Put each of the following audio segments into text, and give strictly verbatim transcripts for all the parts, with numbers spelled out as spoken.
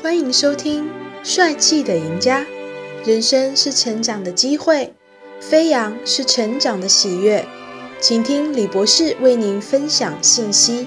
欢迎收听《帅气的赢家》。人生是成长的机会，飞扬是成长的喜悦。请听李博士为您分享信息。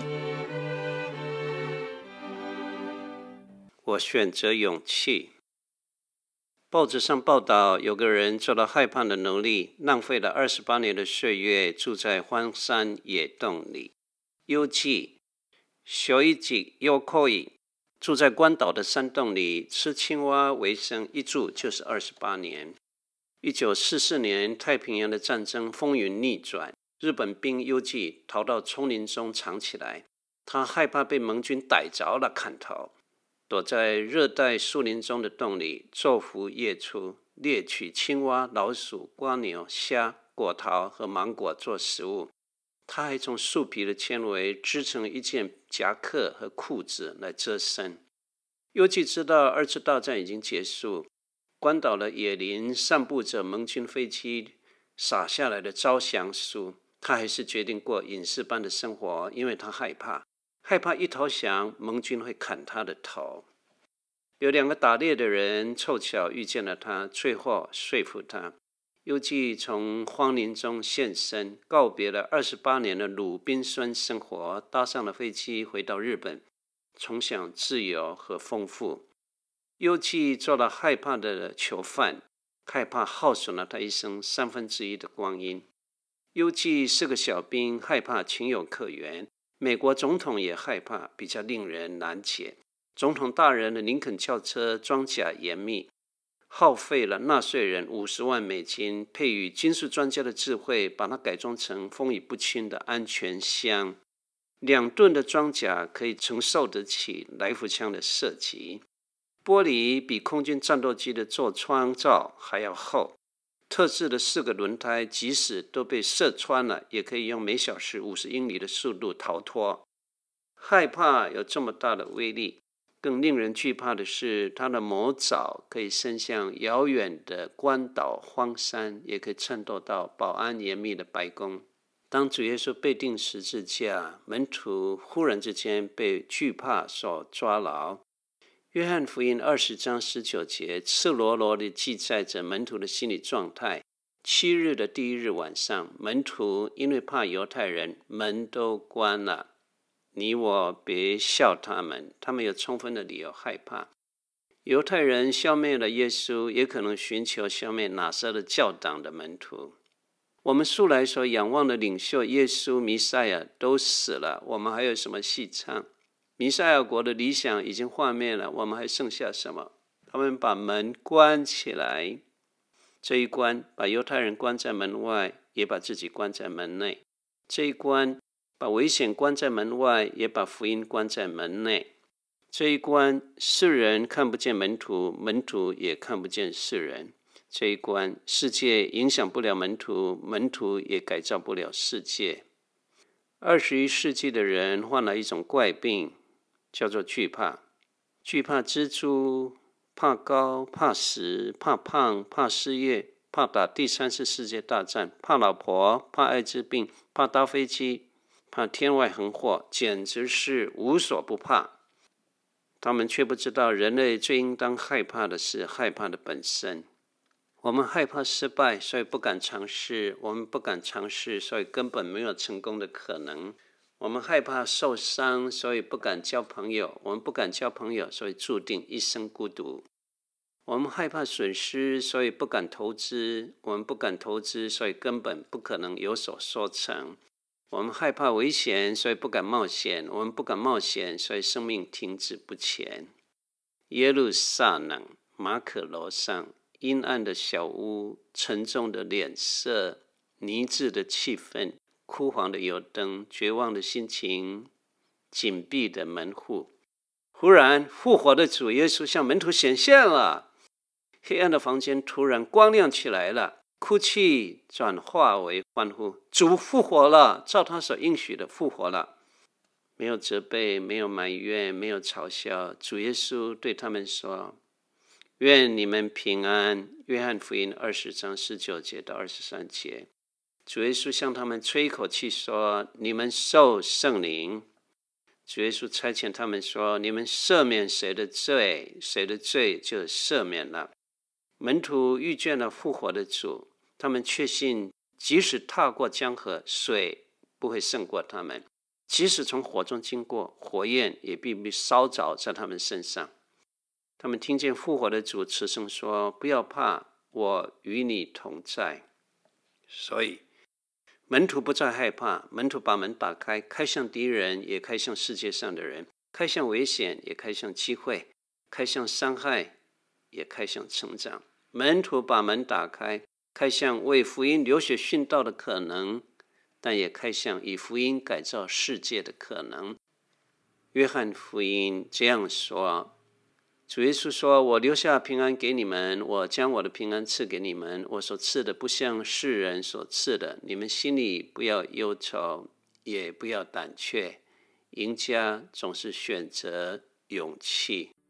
我选择勇气。报纸上报道，有个人做了害怕的奴隶，浪费了二十八年的岁月，住在荒山野洞里。游记小一集又可以住在关岛的山洞里，吃青蛙为生，一住就是二十八年。一九四四年，太平洋的战争风云逆转，日本兵游记逃到丛林中藏起来，他害怕被盟军逮着了砍头，躲在热带树林中的洞里，昼伏夜出，猎取青蛙、老鼠、蜗牛、虾、果桃和芒果做食物。他还从树皮的纤维织成一件夹克和裤子来遮身。游记知道二次大战已经结束，关岛的野林散布着盟军飞机洒下来的招降书，他还是决定过隐士般的生活，因为他害怕害怕一投降，盟军会砍他的头。有两个打猎的人凑巧遇见了他，最后说服他。游记从荒林中现身，告别了二十八年的鲁滨孙生活，搭上了飞机回到日本，重享自由和丰富。游记做了害怕的囚犯，害怕耗损了他一生三分之一的光阴。游记是个小兵，害怕情有可原。美国总统也害怕，比较令人难解。总统大人的林肯轿车装甲严密，耗费了纳税人五十万美金，配以金属专家的智慧，把它改装成风雨不侵的安全箱。两吨的装甲可以承受得起来福枪的射击。玻璃比空军战斗机的座窗罩还要厚。特制的四个轮胎，即使都被射穿了，也可以用每小时五十英里的速度逃脱。害怕有这么大的威力，更令人惧怕的是，他的魔爪可以伸向遥远的关岛荒山，也可以渗透到保安严密的白宫。当主耶稣被钉十字架，门徒忽然之间被惧怕所抓牢。约翰福音二十章十九节赤裸裸地记载着门徒的心理状态。七日的第一日晚上，门徒因为怕犹太人，门都关了。你我别笑他们，他们有充分的理由害怕。犹太人消灭了耶稣，也可能寻求消灭拿撒勒教党的门徒。我们素来所仰望的领袖耶稣弥赛亚都死了，我们还有什么戏唱？弥赛亚国的理想已经幻灭了，我们还剩下什么？他们把门关起来，这一关把犹太人关在门外，也把自己关在门内。这一关把危险关在门外，也把福音关在门内。这一关世人看不见门徒，门徒也看不见世人。这一关世界影响不了门徒，门徒也改造不了世界。二十一世纪的人患了一种怪病，叫做惧怕。惧怕蜘蛛，怕高，怕死，怕胖，怕失业，怕打第三次世界大战，怕老婆，怕艾滋病，怕搭飞机，怕天外横祸，简直是无所不怕。他们却不知道，人类最应当害怕的是害怕的本身。我们害怕失败，所以不敢尝试；我们不敢尝试，所以根本没有成功的可能。我们害怕受伤，所以不敢交朋友；我们不敢交朋友，所以注定一生孤独。我们害怕损失，所以不敢投资；我们不敢投资，所以根本不可能有所收成。我们害怕危险，所以不敢冒险；我们不敢冒险，所以生命停滞不前。耶路撒冷，马可楼上，阴暗的小屋，沉重的脸色，凝滞的气氛，枯黄的油灯，绝望的心情，紧闭的门户。忽然，复活的主耶稣向门徒显现了，黑暗的房间突然光亮起来了。哭泣转化为欢呼，主复活了，照他所应许的复活了。没有责备，没有埋怨，没有嘲笑，主耶稣对他们说：愿你们平安。约翰福音二十章十九节到二十三节，主耶稣向他们吹一口气说：你们受圣灵。 主耶稣差遣他们说：你们赦免谁的罪，谁的罪就赦免了。门徒遇见了复活的主，他们确信即使踏过江河，水不会胜过他们，即使从火中经过，火焰也必不烧着在他们身上。他们听见复活的主慈声说：不要怕，我与你同在。所以门徒不再害怕，门徒把门打开，开向敌人，也开向世界上的人，开向危险，也开向机会，开向伤害，也开向成长。门徒把门打开，开向为福音流血殉道的可能，但也开向以福音改造世界的可能。约翰福音这样说，主耶稣说：我留下平安给你们，我将我的平安赐给你们，我所赐的不像世人所赐的，你们心里不要忧愁，也不要胆怯。赢家总是选择勇气。